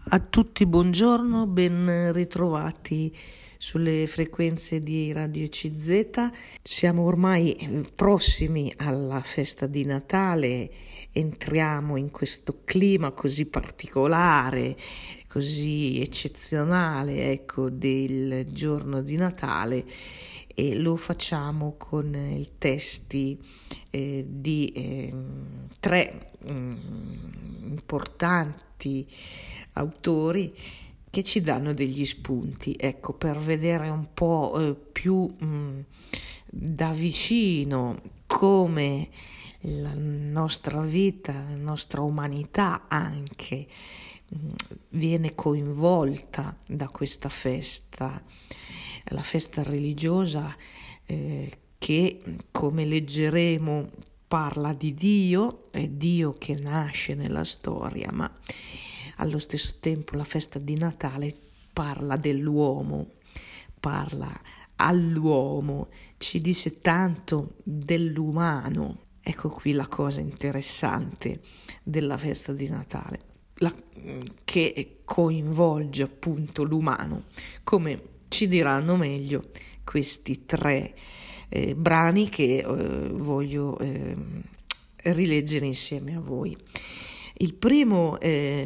A tutti buongiorno, ben ritrovati sulle frequenze di Radio CZ. Siamo ormai prossimi alla festa di Natale, entriamo in questo clima così particolare, così eccezionale, del giorno di Natale, e lo facciamo con i testi di tre importanti autori che ci danno degli spunti, per vedere un po' più da vicino come la nostra vita, la nostra umanità anche viene coinvolta da questa festa, la festa religiosa che, come leggeremo, parla di Dio, è Dio che nasce nella storia, ma allo stesso tempo la festa di Natale parla dell'uomo, parla all'uomo, ci dice tanto dell'umano. Ecco qui la cosa interessante della festa di Natale, che coinvolge appunto l'umano, come ci diranno meglio questi tre brani che voglio rileggere insieme a voi. Il primo è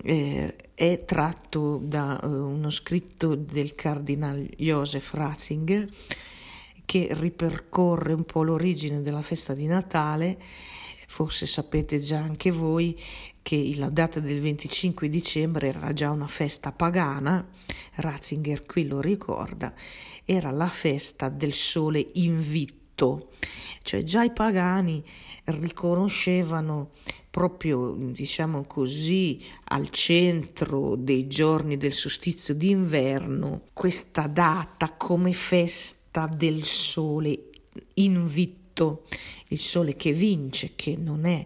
tratto da uno scritto del cardinal Joseph Ratzinger, che ripercorre un po' l'origine della festa di Natale. Forse sapete già anche voi che la data del 25 dicembre era già una festa pagana. Ratzinger qui lo ricorda, era la festa del sole invitto, cioè già i pagani riconoscevano proprio, diciamo così, al centro dei giorni del solstizio d'inverno questa data come festa del sole invitto, il sole che vince, che non è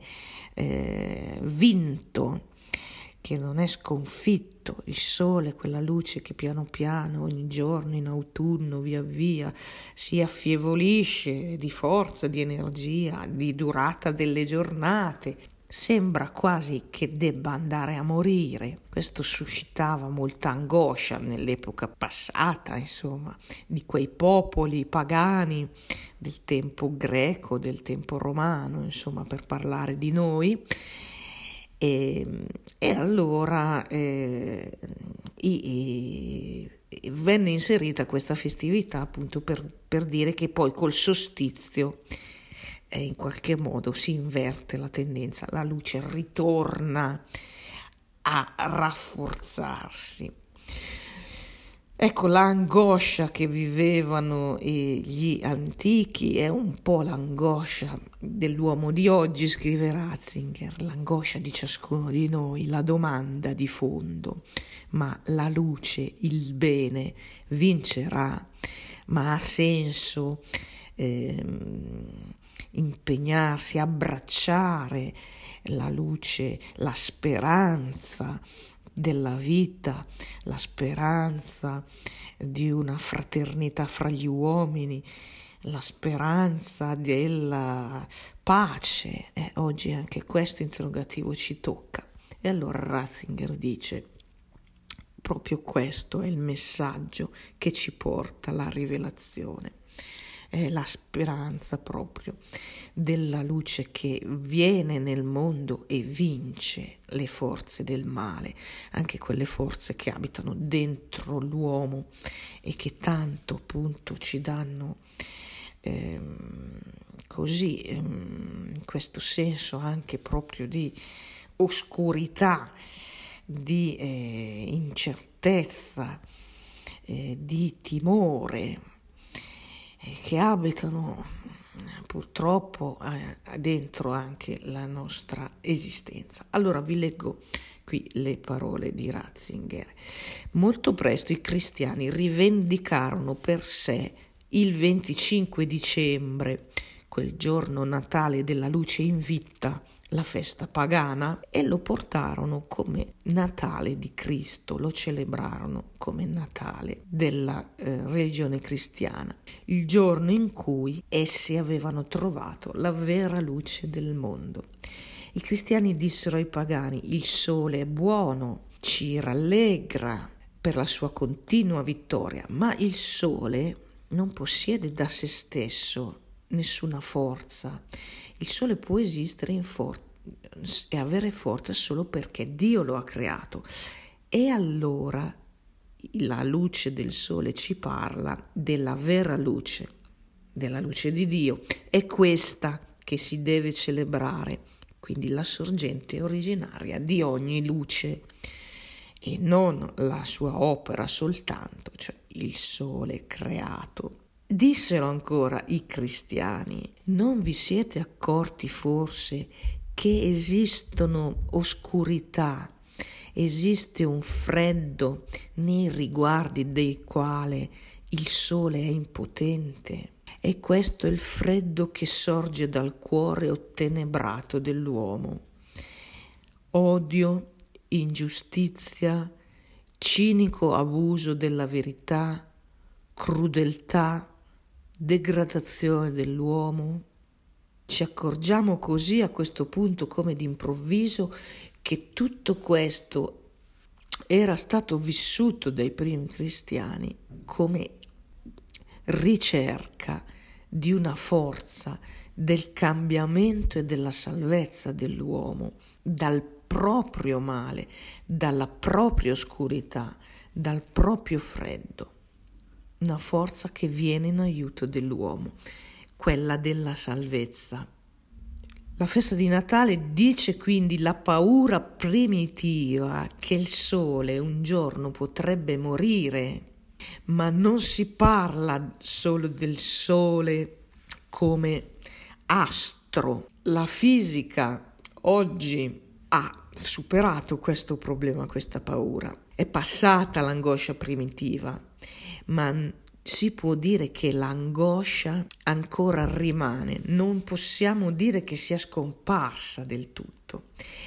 vinto, che non è sconfitto, il sole, quella luce che piano piano ogni giorno in autunno via via si affievolisce di forza, di energia, di durata delle giornate. Sembra quasi che debba andare a morire. Questo suscitava molta angoscia nell'epoca passata, insomma, di quei popoli pagani del tempo greco, del tempo romano, insomma, per parlare di noi. E allora venne inserita questa festività appunto per dire che poi col solstizio in qualche modo si inverte la tendenza, la luce ritorna a rafforzarsi. Ecco, l'angoscia che vivevano gli antichi è un po' l'angoscia dell'uomo di oggi, scrive Ratzinger, l'angoscia di ciascuno di noi, la domanda di fondo: ma la luce, il bene vincerà? Ma ha senso impegnarsi, abbracciare la luce, la speranza della vita, la speranza di una fraternità fra gli uomini, la speranza della pace? Oggi anche questo interrogativo ci tocca. E allora Ratzinger dice: proprio questo è il messaggio che ci porta alla rivelazione. È la speranza proprio della luce che viene nel mondo e vince le forze del male, anche quelle forze che abitano dentro l'uomo e che tanto appunto ci danno in questo senso anche proprio di oscurità, di incertezza, di timore, che abitano purtroppo dentro anche la nostra esistenza. Allora vi leggo qui le parole di Ratzinger. Molto presto i cristiani rivendicarono per sé il 25 dicembre, quel giorno natale della luce invitta, la festa pagana, e lo portarono come Natale di Cristo, lo celebrarono come Natale della religione cristiana, il giorno in cui essi avevano trovato la vera luce del mondo. I cristiani dissero ai pagani: il sole è buono, ci rallegra per la sua continua vittoria, ma il sole non possiede da se stesso nessuna forza. Il sole può esistere e avere forza solo perché Dio lo ha creato. E allora la luce del sole ci parla della vera luce, della luce di Dio. È questa che si deve celebrare, quindi la sorgente originaria di ogni luce, e non la sua opera soltanto, cioè il sole creato. Dissero ancora i cristiani: non vi siete accorti forse che esistono oscurità, esiste un freddo nei riguardi dei quali il sole è impotente? E questo è il freddo che sorge dal cuore ottenebrato dell'uomo. Odio, ingiustizia, cinico abuso della verità, crudeltà, degradazione dell'uomo. Ci accorgiamo così a questo punto, come d'improvviso, che tutto questo era stato vissuto dai primi cristiani come ricerca di una forza del cambiamento e della salvezza dell'uomo dal proprio male, dalla propria oscurità, dal proprio freddo. Una forza che viene in aiuto dell'uomo, quella della salvezza. La festa di Natale dice quindi la paura primitiva che il sole un giorno potrebbe morire, ma non si parla solo del sole come astro. La fisica oggi ha superato questo problema, questa paura. È passata l'angoscia primitiva, ma si può dire che l'angoscia ancora rimane, non possiamo dire che sia scomparsa del tutto.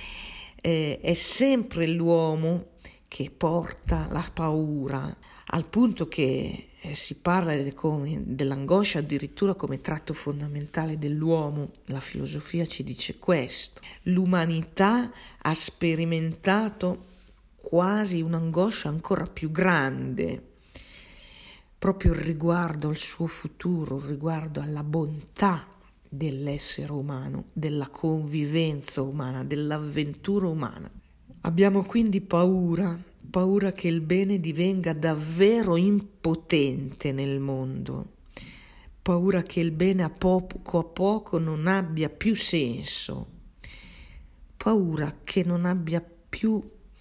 È sempre l'uomo che porta la paura, al punto che si parla dell'angoscia addirittura come tratto fondamentale dell'uomo. La filosofia ci dice questo. L'umanità ha sperimentato quasi un'angoscia ancora più grande, proprio riguardo al suo futuro, riguardo alla bontà dell'essere umano, della convivenza umana, dell'avventura umana. Abbiamo quindi paura che il bene divenga davvero impotente nel mondo, paura che il bene a poco non abbia più senso, paura che non abbia più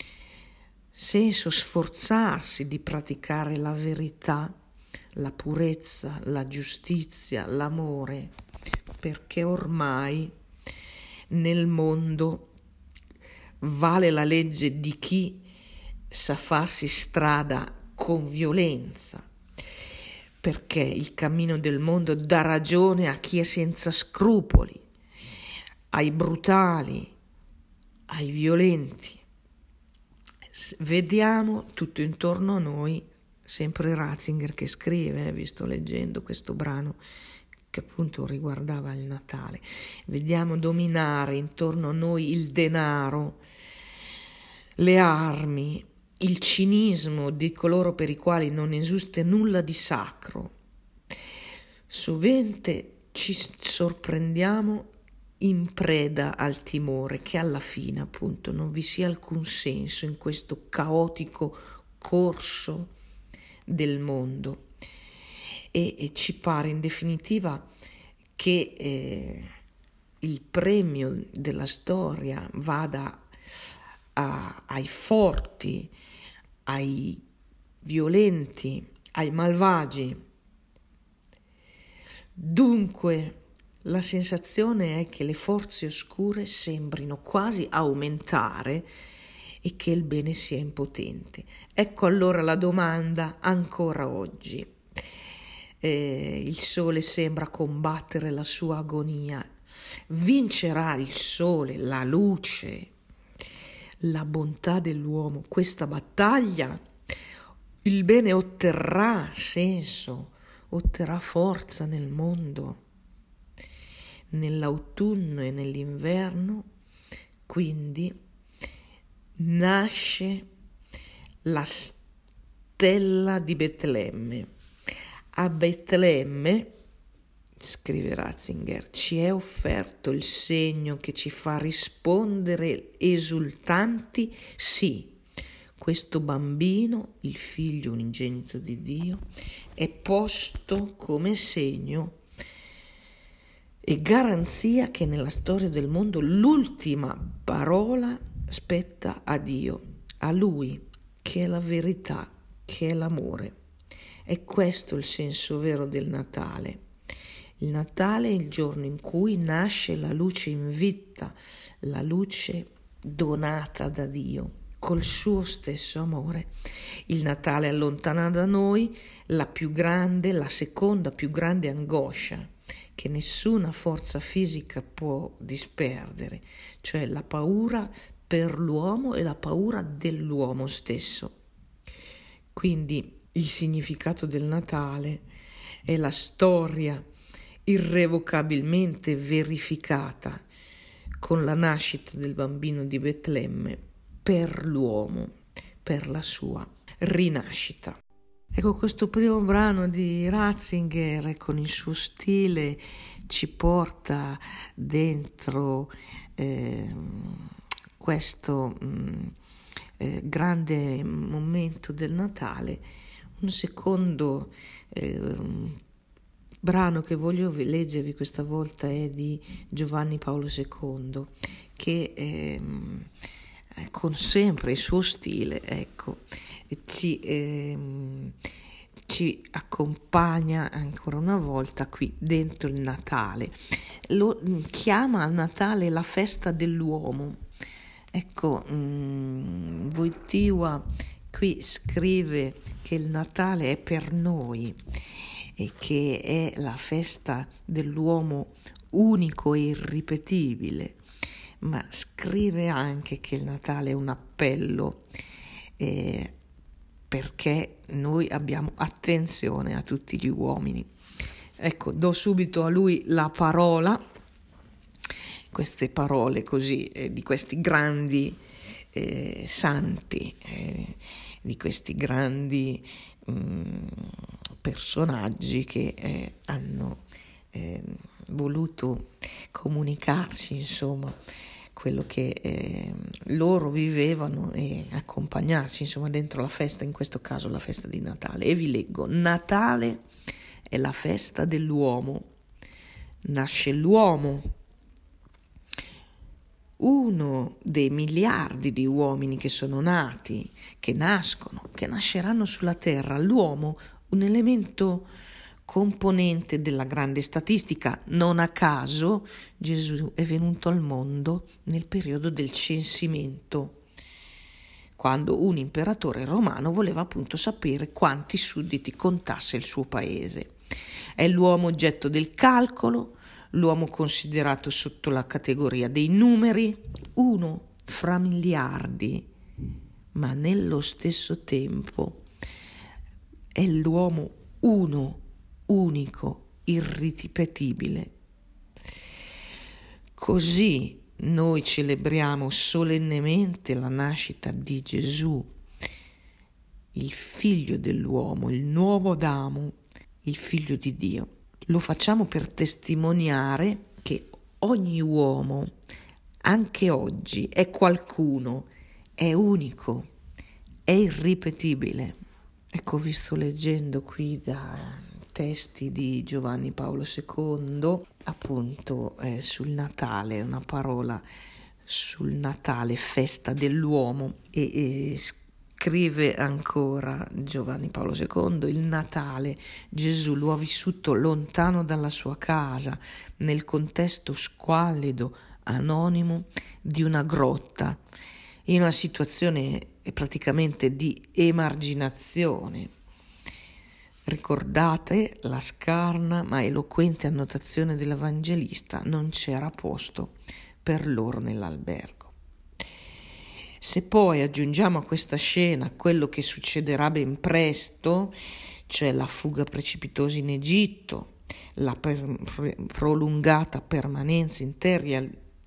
senso sforzarsi di praticare la verità, la purezza, la giustizia, l'amore, perché ormai nel mondo vale la legge di chi sa farsi strada con violenza, perché il cammino del mondo dà ragione a chi è senza scrupoli, ai brutali, ai violenti. Vediamo tutto intorno a noi, sempre Ratzinger che scrive, sto leggendo questo brano che appunto riguardava il Natale, vediamo dominare intorno a noi il denaro, le armi, il cinismo di coloro per i quali non esiste nulla di sacro. Sovente ci sorprendiamo in preda al timore che alla fine appunto non vi sia alcun senso in questo caotico corso del mondo, e ci pare in definitiva che il premio della storia vada ai forti, ai violenti, ai malvagi. Dunque la sensazione è che le forze oscure sembrino quasi aumentare e che il bene sia impotente. Ecco allora la domanda ancora oggi. Il sole sembra combattere la sua agonia. Vincerà il sole, la luce, la bontà dell'uomo questa battaglia? Il bene otterrà senso, otterrà forza nel mondo? Nell'autunno e nell'inverno, quindi, nasce la stella di Betlemme. A Betlemme, scrive Ratzinger, ci è offerto il segno che ci fa rispondere esultanti: sì, questo bambino, il figlio unigenito di Dio, è posto come segno e garanzia che nella storia del mondo l'ultima parola spetta a Dio, a Lui, che è la verità, che è l'amore. È questo il senso vero del Natale. Il Natale è il giorno in cui nasce la luce in vita, la luce donata da Dio, col suo stesso amore. Il Natale allontana da noi la seconda più grande angoscia che nessuna forza fisica può disperdere, cioè la paura per l'uomo e la paura dell'uomo stesso. Quindi il significato del Natale è la storia irrevocabilmente verificata con la nascita del bambino di Betlemme per l'uomo, per la sua rinascita. Ecco, questo primo brano di Ratzinger con il suo stile ci porta dentro questo grande momento del Natale. Un secondo brano che voglio leggervi questa volta è di Giovanni Paolo II, che con sempre il suo stile, ecco, ci accompagna ancora una volta qui dentro il Natale. Lo chiama il Natale la festa dell'uomo. Ecco, Wojtyła qui scrive che il Natale è per noi e che è la festa dell'uomo unico e irripetibile, ma scrive anche che il Natale è un appello perché noi abbiamo attenzione a tutti gli uomini. Ecco, do subito a lui la parola, queste parole così, di questi grandi santi, di questi grandi personaggi che hanno voluto comunicarci, insomma, quello che loro vivevano e accompagnarci, insomma, dentro la festa, in questo caso la festa di Natale. E vi leggo: Natale è la festa dell'uomo, nasce l'uomo, uno dei miliardi di uomini che sono nati, che nascono, che nasceranno sulla terra. L'uomo, un elemento componente della grande statistica. Non a caso Gesù è venuto al mondo nel periodo del censimento, quando un imperatore romano voleva appunto sapere quanti sudditi contasse il suo paese. È l'uomo oggetto del calcolo, l'uomo considerato sotto la categoria dei numeri, uno fra miliardi, ma nello stesso tempo è l'uomo uno, unico, irripetibile. Così noi celebriamo solennemente la nascita di Gesù, il figlio dell'uomo, il nuovo Adamo, il figlio di Dio. Lo facciamo per testimoniare che ogni uomo, anche oggi, è qualcuno, è unico, è irripetibile. Ecco, vi sto leggendo qui da testi di Giovanni Paolo II, appunto sul Natale, una parola sul Natale, festa dell'uomo, e scrive ancora Giovanni Paolo II: il Natale Gesù lo ha vissuto lontano dalla sua casa, nel contesto squallido, anonimo di una grotta, in una situazione praticamente di emarginazione. Ricordate la scarna ma eloquente annotazione dell'Evangelista: non c'era posto per loro nell'albergo. Se poi aggiungiamo a questa scena quello che succederà ben presto, cioè la fuga precipitosa in Egitto, la prolungata permanenza in terra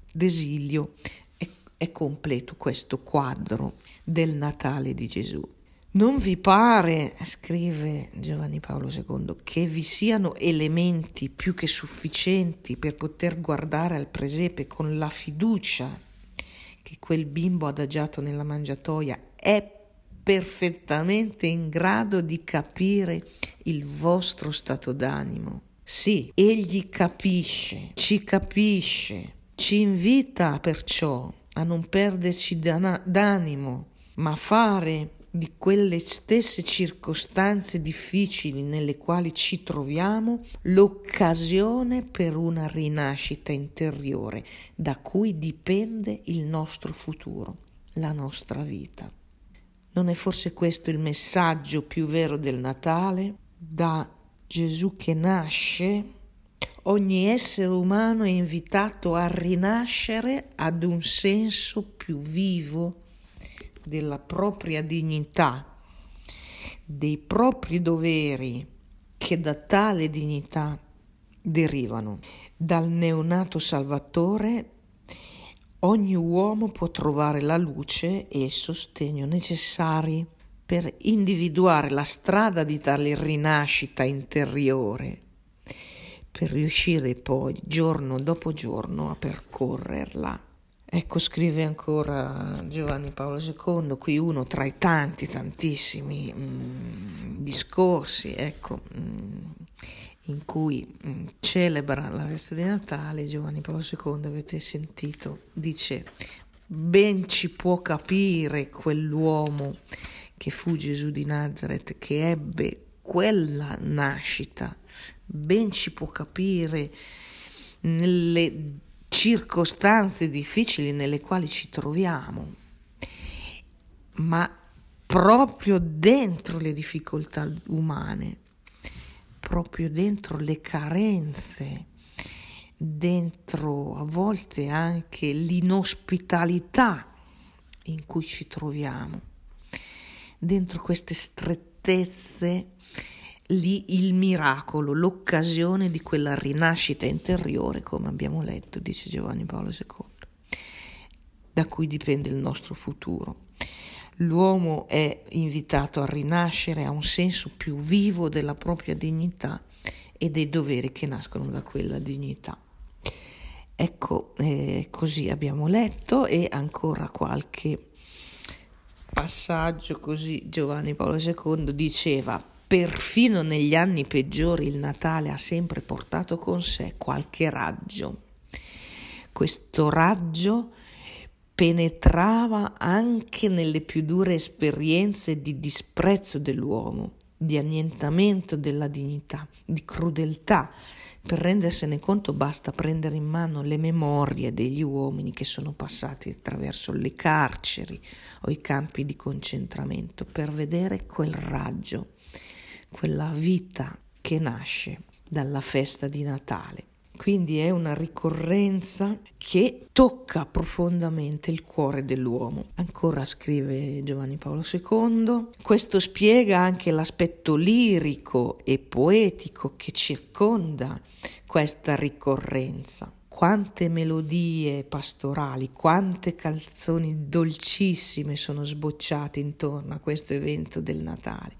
d'esilio, è completo questo quadro del Natale di Gesù. Non vi pare, scrive Giovanni Paolo II, che vi siano elementi più che sufficienti per poter guardare al presepe con la fiducia che quel bimbo adagiato nella mangiatoia è perfettamente in grado di capire il vostro stato d'animo? Sì, egli capisce, ci invita perciò a non perderci d'animo, ma a fare di quelle stesse circostanze difficili nelle quali ci troviamo l'occasione per una rinascita interiore da cui dipende il nostro futuro, la nostra vita. Non è forse questo il messaggio più vero del Natale? Da Gesù che nasce, ogni essere umano è invitato a rinascere ad un senso più vivo della propria dignità, dei propri doveri che da tale dignità derivano. Dal neonato Salvatore ogni uomo può trovare la luce e il sostegno necessari per individuare la strada di tale rinascita interiore, per riuscire poi giorno dopo giorno a percorrerla. Ecco, scrive ancora Giovanni Paolo II, qui uno tra i tantissimi discorsi, in cui celebra la festa di Natale. Giovanni Paolo II, avete sentito, dice: ben ci può capire quell'uomo che fu Gesù di Nazareth, che ebbe quella nascita, ben ci può capire nelle circostanze difficili nelle quali ci troviamo, ma proprio dentro le difficoltà umane, proprio dentro le carenze, dentro a volte anche l'inospitalità in cui ci troviamo, dentro queste strettezze, lì il miracolo, l'occasione di quella rinascita interiore, come abbiamo letto, dice Giovanni Paolo II, da cui dipende il nostro futuro. L'uomo è invitato a rinascere a un senso più vivo della propria dignità e dei doveri che nascono da quella dignità. Ecco, così abbiamo letto, e ancora qualche passaggio così. Giovanni Paolo II diceva: perfino negli anni peggiori il Natale ha sempre portato con sé qualche raggio. Questo raggio penetrava anche nelle più dure esperienze di disprezzo dell'uomo, di annientamento della dignità, di crudeltà. Per rendersene conto basta prendere in mano le memorie degli uomini che sono passati attraverso le carceri o i campi di concentramento, per vedere quel raggio, quella vita che nasce dalla festa di Natale. Quindi è una ricorrenza che tocca profondamente il cuore dell'uomo. Ancora scrive Giovanni Paolo II, questo spiega anche l'aspetto lirico e poetico che circonda questa ricorrenza. Quante melodie pastorali, quante canzoni dolcissime sono sbocciate intorno a questo evento del Natale.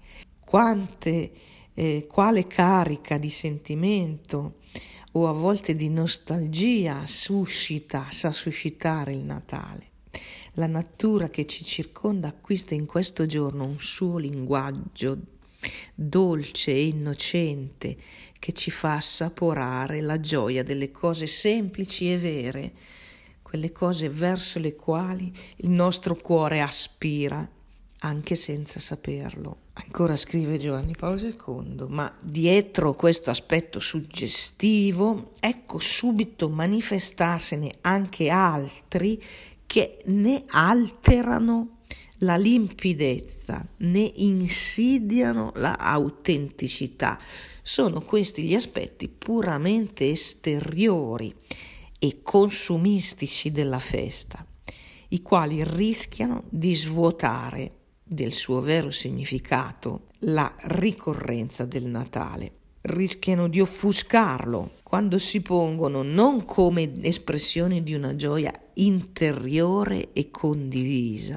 Quale carica di sentimento o a volte di nostalgia sa suscitare il Natale. La natura che ci circonda acquista in questo giorno un suo linguaggio dolce e innocente che ci fa assaporare la gioia delle cose semplici e vere, quelle cose verso le quali il nostro cuore aspira, anche senza saperlo. Ancora scrive Giovanni Paolo II, ma dietro questo aspetto suggestivo, ecco subito manifestarsene anche altri che ne alterano la limpidezza, ne insidiano la autenticità. Sono questi gli aspetti puramente esteriori e consumistici della festa, i quali rischiano di svuotare del suo vero significato la ricorrenza del Natale, rischiano di offuscarlo quando si pongono non come espressione di una gioia interiore e condivisa,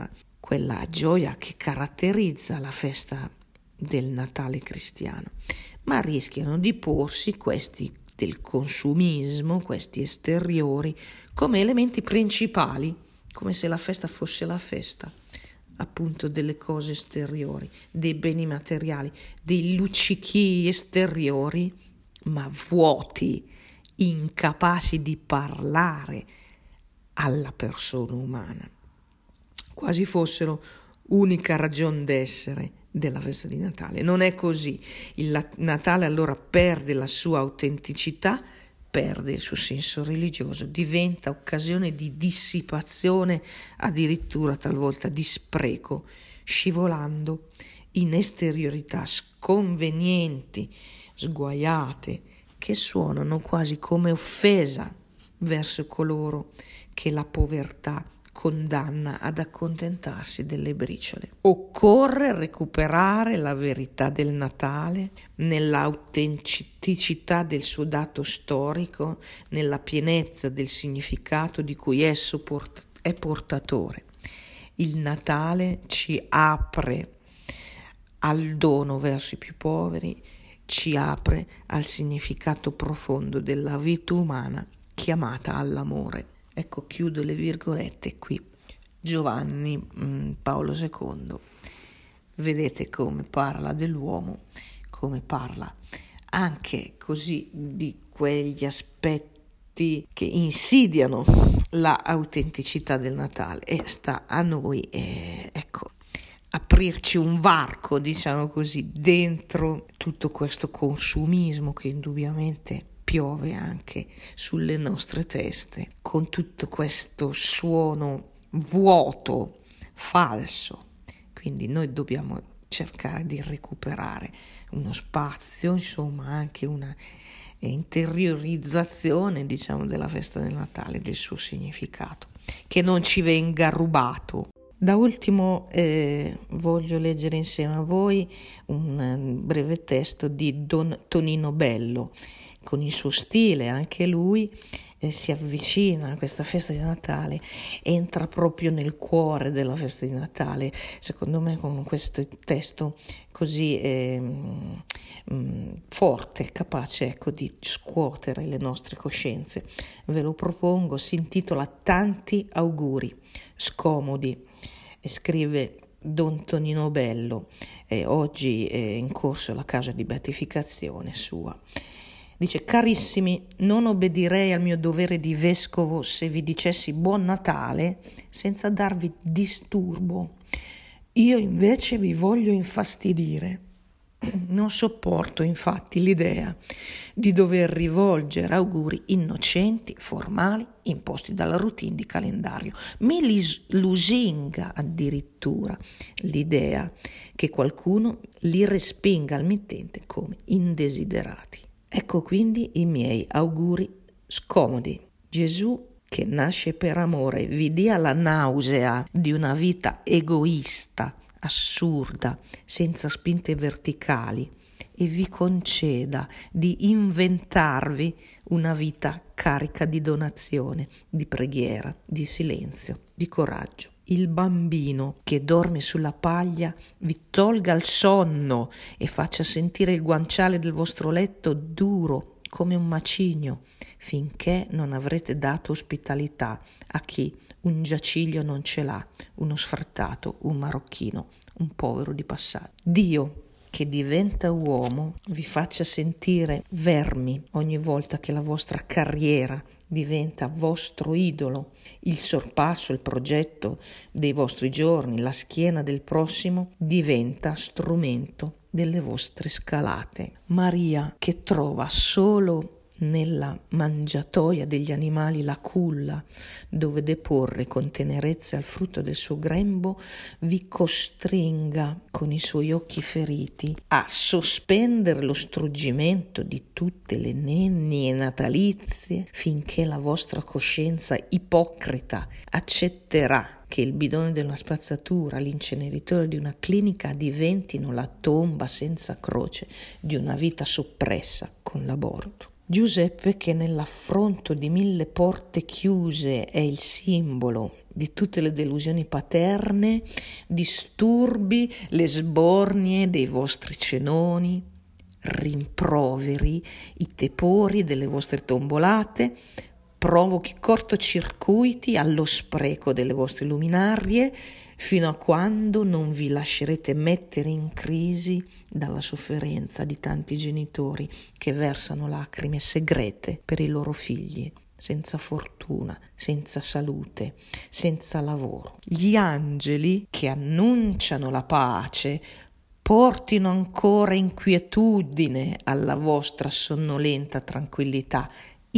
quella gioia che caratterizza la festa del Natale cristiano, ma rischiano di porsi questi del consumismo, questi esteriori, come elementi principali, come se la festa fosse la festa appunto delle cose esteriori, dei beni materiali, dei luccichi esteriori, ma vuoti, incapaci di parlare alla persona umana, quasi fossero unica ragion d'essere della festa di Natale. Non è così. Il Natale allora perde la sua autenticità, perde il suo senso religioso, diventa occasione di dissipazione, addirittura talvolta di spreco, scivolando in esteriorità sconvenienti, sguaiate, che suonano quasi come offesa verso coloro che la povertà condanna ad accontentarsi delle briciole. Occorre recuperare la verità del Natale nell'autenticità del suo dato storico, nella pienezza del significato di cui esso è portatore. Il Natale ci apre al dono verso i più poveri, ci apre al significato profondo della vita umana chiamata all'amore. Ecco, chiudo le virgolette qui. Giovanni Paolo II, vedete come parla dell'uomo, come parla anche così di quegli aspetti che insidiano la autenticità del Natale, e sta a noi, ecco, aprirci un varco, diciamo così, dentro tutto questo consumismo che indubbiamente piove anche sulle nostre teste, con tutto questo suono vuoto, falso. Quindi noi dobbiamo cercare di recuperare uno spazio, insomma anche una interiorizzazione, diciamo, della festa del Natale, del suo significato, che non ci venga rubato. Da ultimo voglio leggere insieme a voi un breve testo di Don Tonino Bello. Con il suo stile anche lui si avvicina a questa festa di Natale, entra proprio nel cuore della festa di Natale, secondo me, con questo testo così forte, capace, ecco, di scuotere le nostre coscienze. Ve lo propongo, si intitola Tanti auguri scomodi, e scrive Don Tonino Bello, oggi è in corso la causa di beatificazione sua. Dice: carissimi, non obbedirei al mio dovere di vescovo se vi dicessi buon Natale senza darvi disturbo. Io invece vi voglio infastidire. Non sopporto infatti l'idea di dover rivolgere auguri innocenti, formali, imposti dalla routine di calendario. Mi lusinga addirittura l'idea che qualcuno li respinga al mittente come indesiderati. Ecco quindi i miei auguri scomodi. Gesù, che nasce per amore, vi dia la nausea di una vita egoista, assurda, senza spinte verticali, e vi conceda di inventarvi una vita carica di donazione, di preghiera, di silenzio, di coraggio. Il bambino che dorme sulla paglia vi tolga il sonno e faccia sentire il guanciale del vostro letto duro come un macigno, finché non avrete dato ospitalità a chi un giaciglio non ce l'ha, uno sfrattato, un marocchino, un povero di passaggio. Dio, che diventa uomo, vi faccia sentire vermi ogni volta che la vostra carriera diventa vostro idolo, il sorpasso, il progetto dei vostri giorni, la schiena del prossimo diventa strumento delle vostre scalate. Maria, che trova solo nella mangiatoia degli animali la culla dove deporre con tenerezza il frutto del suo grembo, vi costringa con i suoi occhi feriti a sospendere lo struggimento di tutte le nennie natalizie finché la vostra coscienza ipocrita accetterà che il bidone della spazzatura, l'inceneritore di una clinica diventino la tomba senza croce di una vita soppressa con l'aborto. Giuseppe, che nell'affronto di 1000 porte chiuse è il simbolo di tutte le delusioni paterne, disturbi le sbornie dei vostri cenoni, rimproveri i tepori delle vostre tombolate, provochi cortocircuiti allo spreco delle vostre luminarie, fino a quando non vi lascerete mettere in crisi dalla sofferenza di tanti genitori che versano lacrime segrete per i loro figli, senza fortuna, senza salute, senza lavoro. Gli angeli che annunciano la pace portino ancora inquietudine alla vostra sonnolenta tranquillità,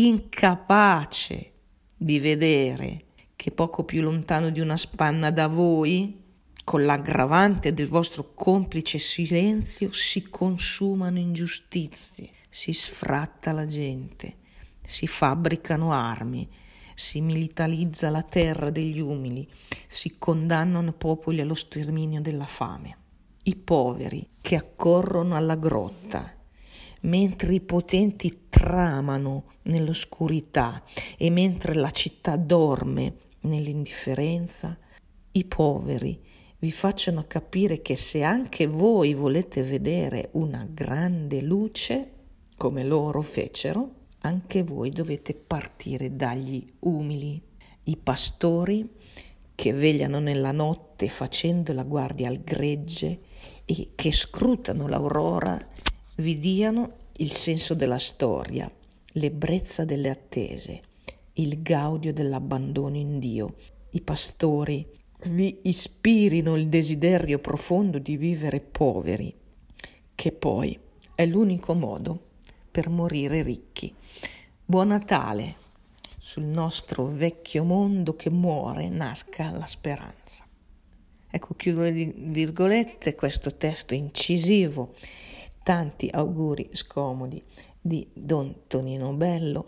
incapace di vedere che poco più lontano di una spanna da voi, con l'aggravante del vostro complice silenzio, si consumano ingiustizie, si sfratta la gente, si fabbricano armi, si militarizza la terra degli umili, si condannano popoli allo sterminio della fame. I poveri che accorrono alla grotta, mentre i potenti tramano nell'oscurità e mentre la città dorme nell'indifferenza, i poveri vi facciano capire che se anche voi volete vedere una grande luce, come loro fecero, anche voi dovete partire dagli umili. I pastori che vegliano nella notte facendo la guardia al gregge e che scrutano l'aurora vi diano il senso della storia, l'ebbrezza delle attese, il gaudio dell'abbandono in Dio. I pastori vi ispirino il desiderio profondo di vivere poveri, che poi è l'unico modo per morire ricchi. Buon Natale! Sul nostro vecchio mondo che muore nasca la speranza. Ecco, chiudo le virgolette, questo testo incisivo. Tanti auguri scomodi di Don Tonino Bello,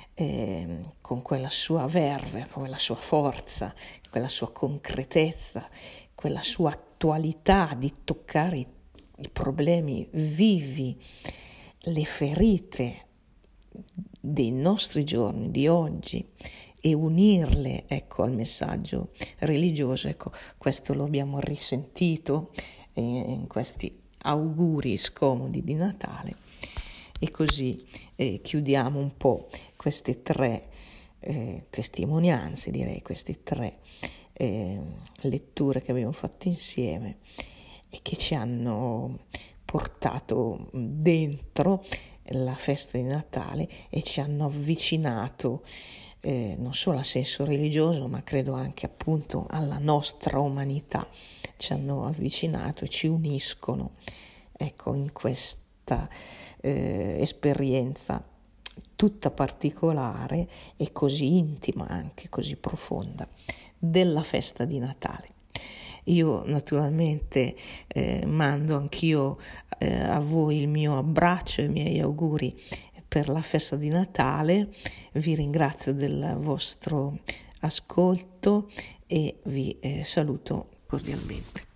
con quella sua verve, quella sua forza, quella sua concretezza, quella sua attualità di toccare i problemi vivi, le ferite dei nostri giorni, di oggi, e unirle, ecco, al messaggio religioso. Ecco, questo lo abbiamo risentito in questi auguri scomodi di Natale, e così chiudiamo un po' queste tre testimonianze, direi, queste tre letture che abbiamo fatto insieme e che ci hanno portato dentro la festa di Natale e ci hanno avvicinato non solo al senso religioso, ma credo anche appunto alla nostra umanità. Ci hanno avvicinato e ci uniscono, ecco, in questa esperienza tutta particolare e così intima, anche così profonda, della festa di Natale. Io naturalmente mando anch'io a voi il mio abbraccio e i miei auguri per la festa di Natale. Vi ringrazio del vostro ascolto e vi saluto cordialmente.